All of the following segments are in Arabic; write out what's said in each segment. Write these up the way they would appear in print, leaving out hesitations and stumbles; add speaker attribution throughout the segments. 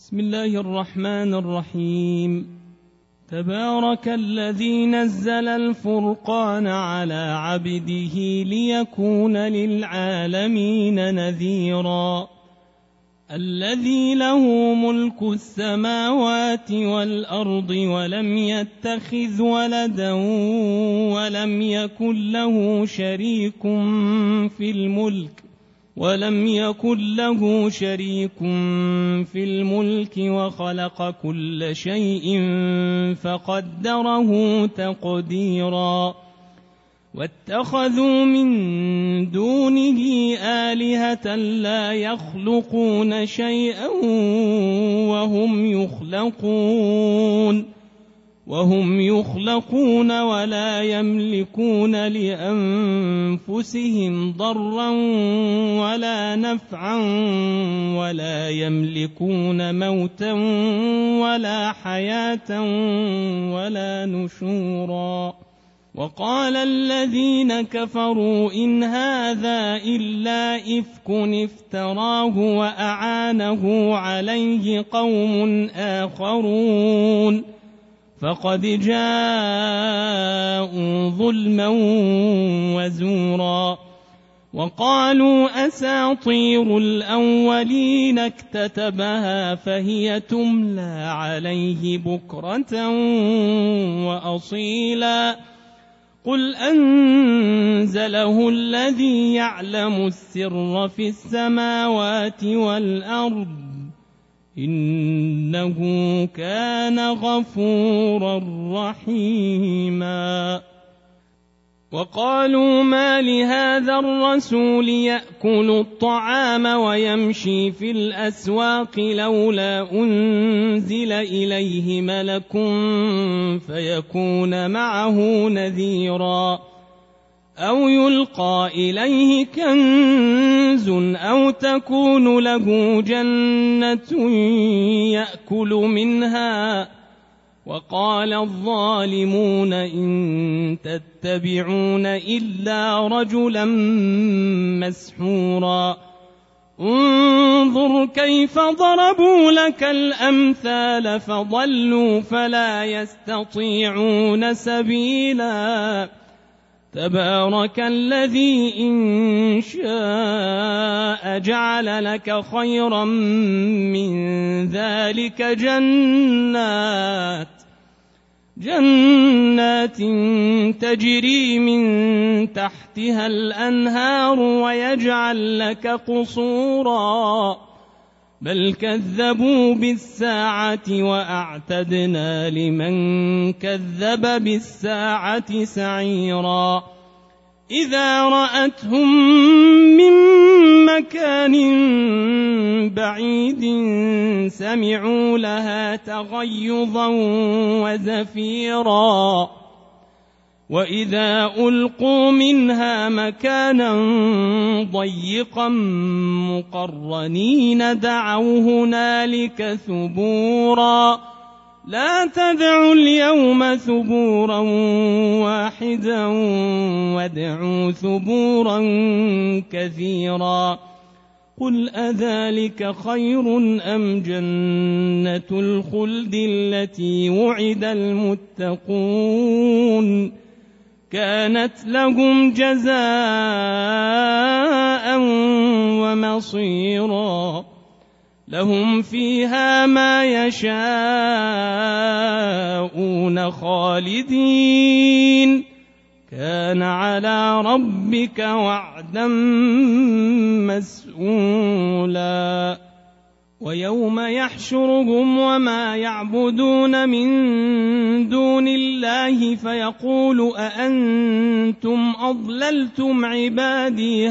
Speaker 1: بسم الله الرحمن الرحيم. تبارك الذي نزل الفرقان على عبده ليكون للعالمين نذيرا. الذي له ملك السماوات والأرض ولم يتخذ ولدا ولم يكن له شريك في الملك وخلق كل شيء فقدره تقديرا. واتخذوا من دونه آلهة لا يخلقون شيئا وهم يخلقون ولا يملكون لأنفسهم ضرا ولا نفعا ولا يملكون موتا ولا حياة ولا نشورا. وقال الذين كفروا إن هذا إلا إفك افتراه وأعانه عليه قوم آخرون فقد جاءوا ظلما وزورا. وقالوا أساطير الأولين اكتتبها فهي تملى عليه بكرة وأصيلا. قل أنزله الذي يعلم السر في السماوات والأرض إنه كان غفورا رحيما. وقالوا ما لهذا الرسول يأكل الطعام ويمشي في الأسواق لولا أنزل إليه ملك فيكون معه نذيرا أو يلقى إليه كنز أو تكون له جنة يأكل منها. وقال الظالمون إن تتبعون إلا رجلا مسحورا. انظر كيف ضربوا لك الأمثال فضلوا فلا يستطيعون سبيلا. تبارك الذي إن شاء جعل لك خيرا من ذلك جنات تجري من تحتها الأنهار ويجعل لك قصورا بل كذبوا بالساعة وأعتدنا لمن كذب بالساعة سعيرا. إذا رأتهم من مكان بعيد سمعوا لها تغيظا وزفيرا. وإذا ألقوا منها مكانا ضيقا مقرنين دعوا هنالك ثبورا. لا تدعوا اليوم ثبورا واحدا وادعوا ثبورا كثيرا. قل أذلك خير أم جنة الخلد التي وعد المتقون كانت لهم جزاء ومصيرا. لهم فيها ما يشاءون خالدين كان على ربك وعدا مسئولا. ويوم يحشرهم وما يعبدون من دون الله فيقول أأنتم أضللتم عبادي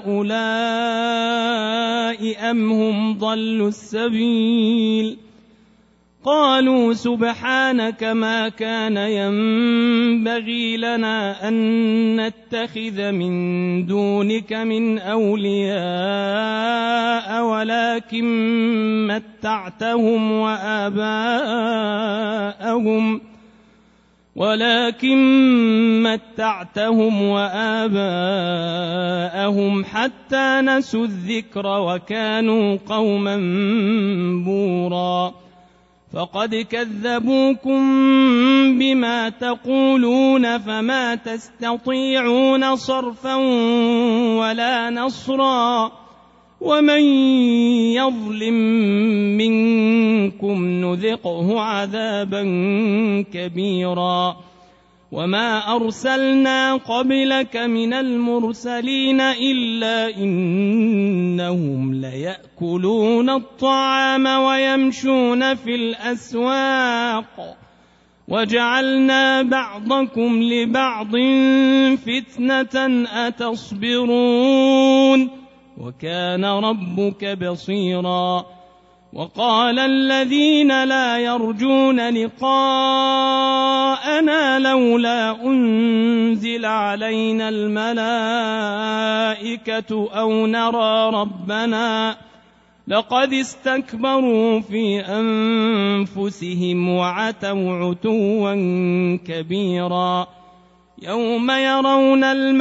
Speaker 1: هؤلاء أم هم ضلوا السبيل. قالوا سبحانك ما كان ينبغي لنا أن نتخذ من دونك من أولياء ولكن متعتهم وآباءهم حتى نسوا الذكر وكانوا قوما بورا. فقد كذبوكم بما تقولون فما تستطيعون صرفا ولا نصرا ومن يظلم منكم نذقه عذابا كبيرا وما أرسلنا قبلك من المرسلين إلا إنهم ليأكلون الطعام ويمشون في الأسواق وجعلنا بعضكم لبعض فتنة أتصبرون وكان ربك بصيرا وقال الذين لا يرجون لقاءنا لولا أنزل علينا الملائكة أو نرى ربنا لقد استكبروا في أنفسهم وعتوا عتوا كبيرا يوم يرون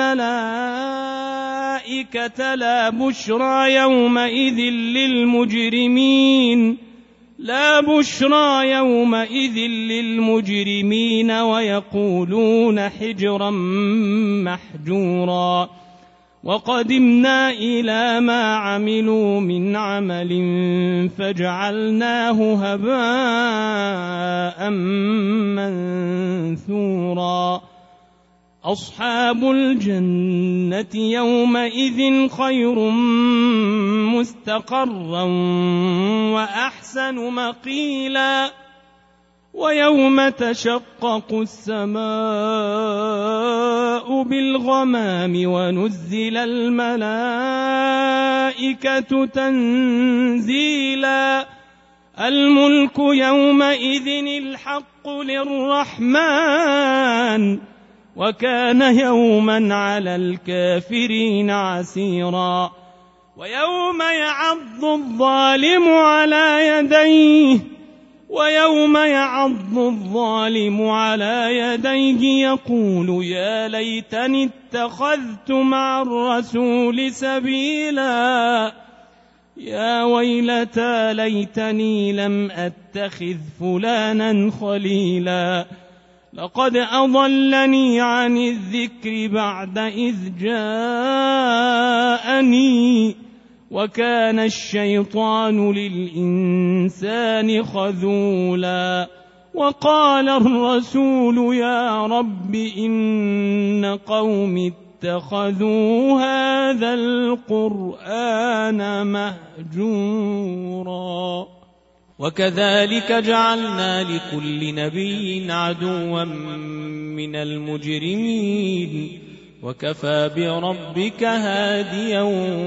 Speaker 1: الملائكة لا بشرى يومئذ للمجرمين ويقولون حجرا محجورا وقدمنا إلى ما عملوا من عمل فجعلناه هباء منثورا أصحاب الجنة يومئذ خير مستقرا وأحسن مقيلا ويوم تشقق السماء بالغمام ونزل الملائكة تنزيلا الملك يومئذ الحق للرحمن وكان يوما على الكافرين عسيرا ويوم يعض الظالم على يديه يقول يا ليتني اتخذت مع الرسول سبيلا يا ويلتى ليتني لم أتخذ فلانا خليلا لقد أضلني عن الذكر بعد إذ جاءني وكان الشيطان للإنسان خذولا وقال الرسول يا رب إن قوم اتخذوا هذا القرآن مهجورا وكذلك جعلنا لكل نبي عدوا من المجرمين وكفى بربك هاديا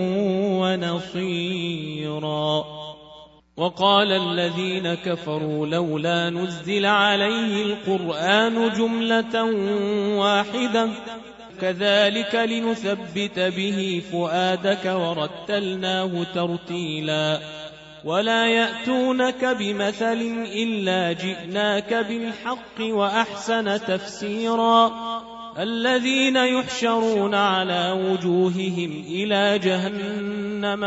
Speaker 1: ونصيرا وقال الذين كفروا لولا نزل عليه القرآن جملة واحدة كذلك لنثبت به فؤادك ورتلناه ترتيلا ولا يأتونك بمثل إلا جئناك بالحق وأحسن تفسيرا الذين يحشرون على وجوههم إلى جهنم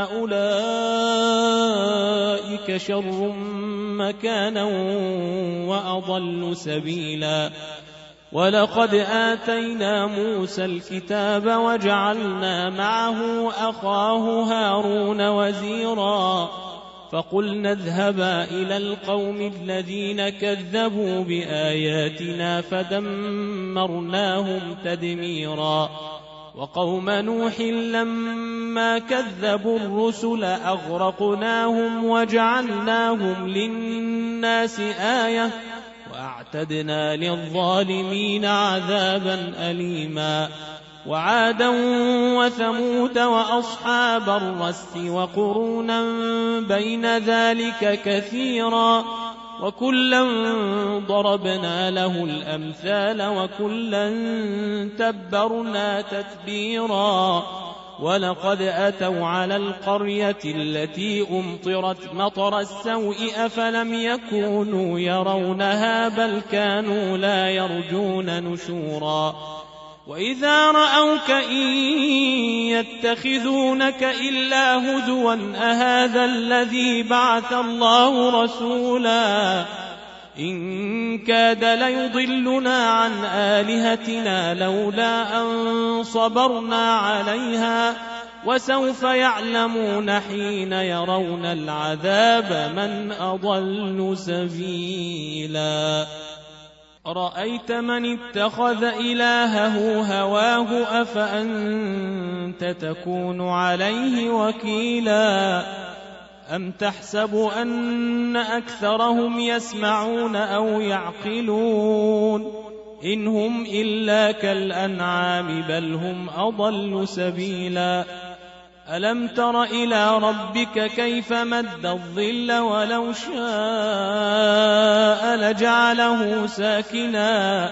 Speaker 1: أولئك شر مكانا وأضل سبيلا ولقد آتينا موسى الكتاب وجعلنا معه أخاه هارون وزيرا فقلنا اذهبا إلى القوم الذين كذبوا بآياتنا فدمرناهم تدميرا وقوم نوح لما كذبوا الرسل أغرقناهم وجعلناهم للناس آية وأعتدنا للظالمين عذابا أليما وعادا وثمود وأصحاب الرس وقرونا بين ذلك كثيرا وكلا ضربنا له الأمثال وكلا تبرنا تتبيرا ولقد أتوا على القرية التي أمطرت مطر السوء أفلم يكونوا يرونها بل كانوا لا يرجون نشورا وإذا رأوك إن يتخذونك إلا هزوا أهذا الذي بعث الله رسولا إن كاد ليضلنا عن آلهتنا لولا أن صبرنا عليها وسوف يعلمون حين يرون العذاب من أضل سبيلا رأيت من اتخذ إلهه هواه أفأنت تكون عليه وكيلا أم تحسب أن أكثرهم يسمعون أو يعقلون إن هم إلا كالأنعام بل هم أضل سبيلا ألم تر إلى ربك كيف مد الظل ولو شاء لجعله ساكنا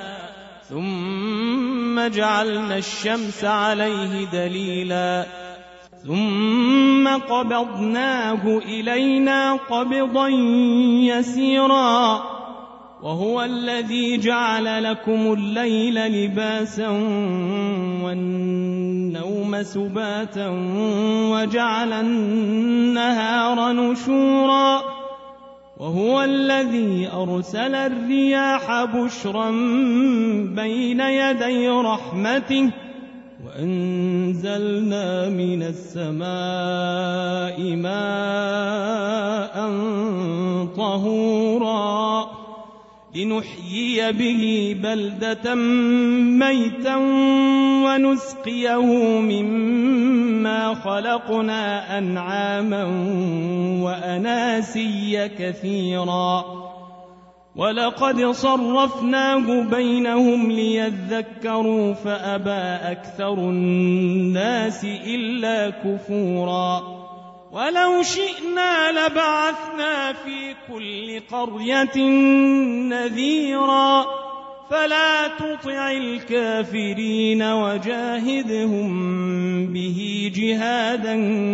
Speaker 1: ثم جعلنا الشمس عليه دليلا ثم قبضناه إلينا قبضا يسيرا وهو الذي جعل لكم الليل لباسا والنوم سباتا وجعل النهار نشورا وهو الذي أرسل الرياح بشرا بين يدي رحمته وأنزلنا من السماء ماء طهورا لنحيي به بلدة ميتا ونسقيه مما خلقنا أنعاما وأناسيا كثيرا ولقد صرفناه بينهم ليذكروا فأبى أكثر الناس إلا كفورا ولو شئنا لبعثنا في كل قرية نذيرا فلا تطع الكافرين وجاهدهم به جهادا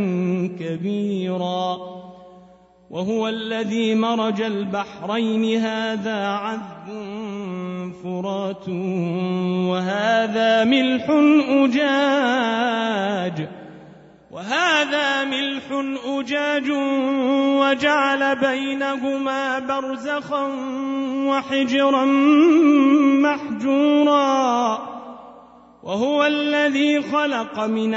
Speaker 1: كبيرا وهو الذي مرج البحرين هذا عذب فرات وهذا ملح أجاج وجعل بينهما برزخا وحجرا محجورا وهو الذي خلق من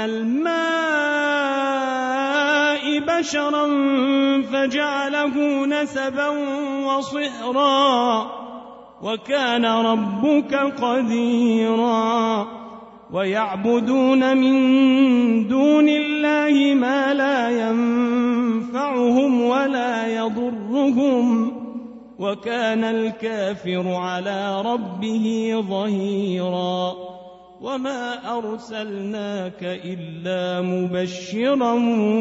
Speaker 1: الماء بشرا فجعله نسبا وصهرا وكان ربك قديرا ويعبدون من دون الله ما لا ينفعهم ولا يضرهم وكان الكافر على ربه ظهيرا وما أرسلناك إلا مبشرا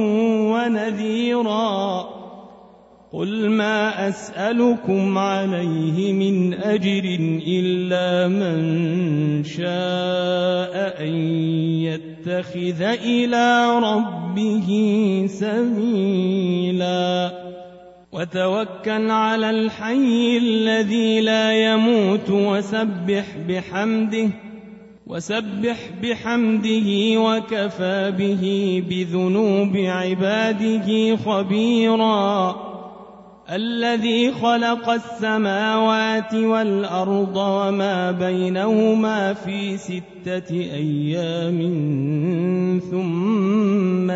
Speaker 1: ونذيرا قل ما أسألكم عليه من أجر إلا من شاء أن يتخذ إلى ربه سبيلا وتوكل على الحي الذي لا يموت وسبح بحمده وكفى به بذنوب عباده خبيرا الذي خلق السماوات والأرض وما بينهما في 6 أيام ثم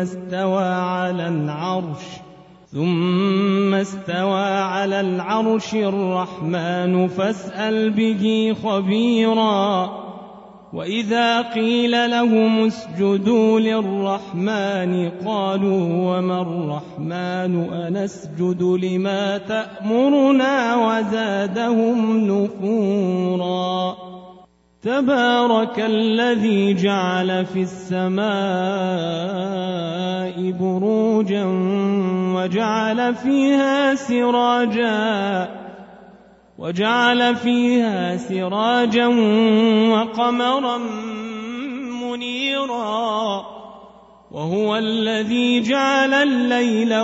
Speaker 1: استوى على العرش الرحمن فاسأل به خبيرا وإذا قيل لهم اسجدوا للرحمن قالوا وما الرحمن أنسجد لما تأمرنا وزادهم نفورا تبارك الذي جعل في السماء بروجا وجعل فيها سراجا وقمرا منيرا وهو الذي جعل الليل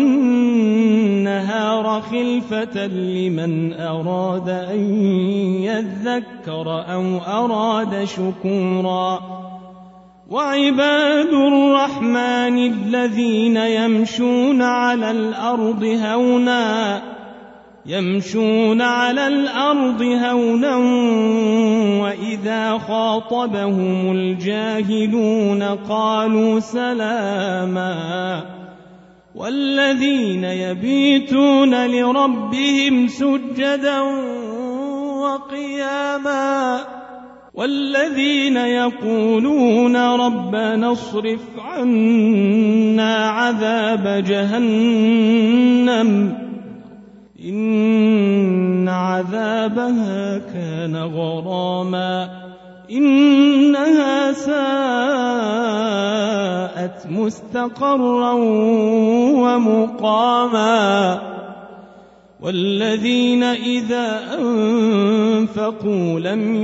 Speaker 1: والنهار خلفة لمن أراد أن يذكر أو أراد شكورا وعباد الرحمن الذين يمشون على الأرض هونا يمشون على الأرض هونا وإذا خاطبهم الجاهلون قالوا سلاما والذين يبيتون لربهم سجدا وقياما والذين يقولون ربنا اصرف عنا عذاب جهنم إن عذابها كان غراما إنها ساءت مستقرا ومقاما والذين إذا أنفقوا لم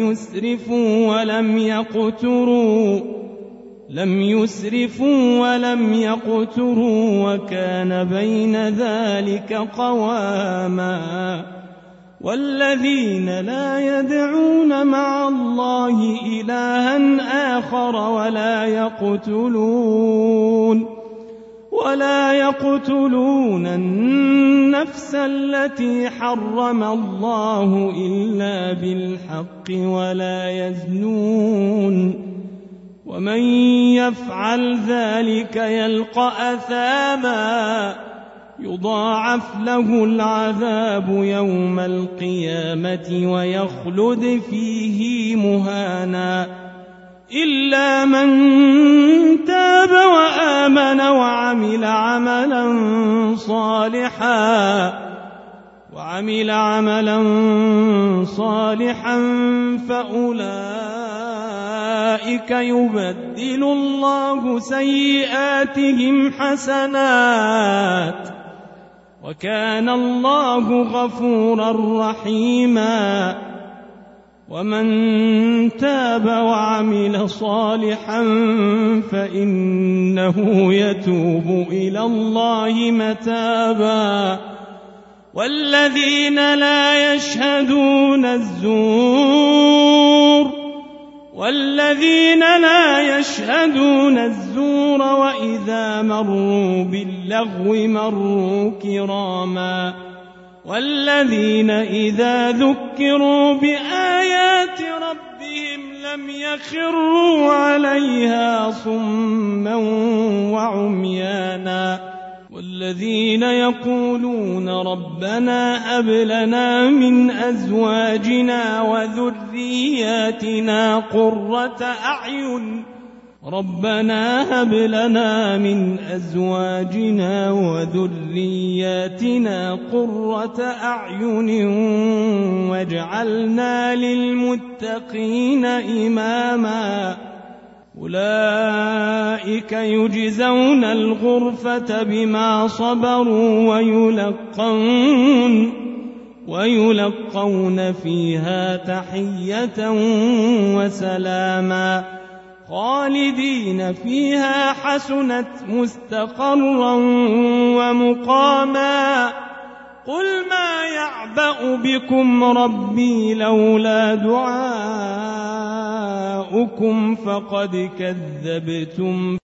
Speaker 1: يسرفوا ولم يقتروا وكان بين ذلك قواما والذين لا يدعون مع الله إلها آخر ولا يقتلون النفس التي حرم الله إلا بالحق ولا يزنون ومن يفعل ذلك يلقى أثاما يضاعف له العذاب يوم القيامة ويخلد فيه مهانا إلا من تاب وآمن وعمل عملا صالحا فأولئك يبدل الله سيئاتهم حسنات وكان الله غفورا رحيما ومن تاب وعمل صالحا فإنه يتوب إلى الله متابا والذين لا يشهدون الزور وإذا مروا باللغو مروا كراما والذين إذا ذكروا بآيات ربهم لم يخروا عليها صما وعميانا والذين يقولون ربنا هب لنا من أزواجنا وذرياتنا قرة أعين واجعلنا للمتقين إماما أولئك يجزون الغرفة بما صبروا ويلقون فيها تحية وسلاما خالدين فيها حسنت مستقرا ومقاما قل ما يعبأ بكم ربي لولا دعاؤكم فقد كذبتم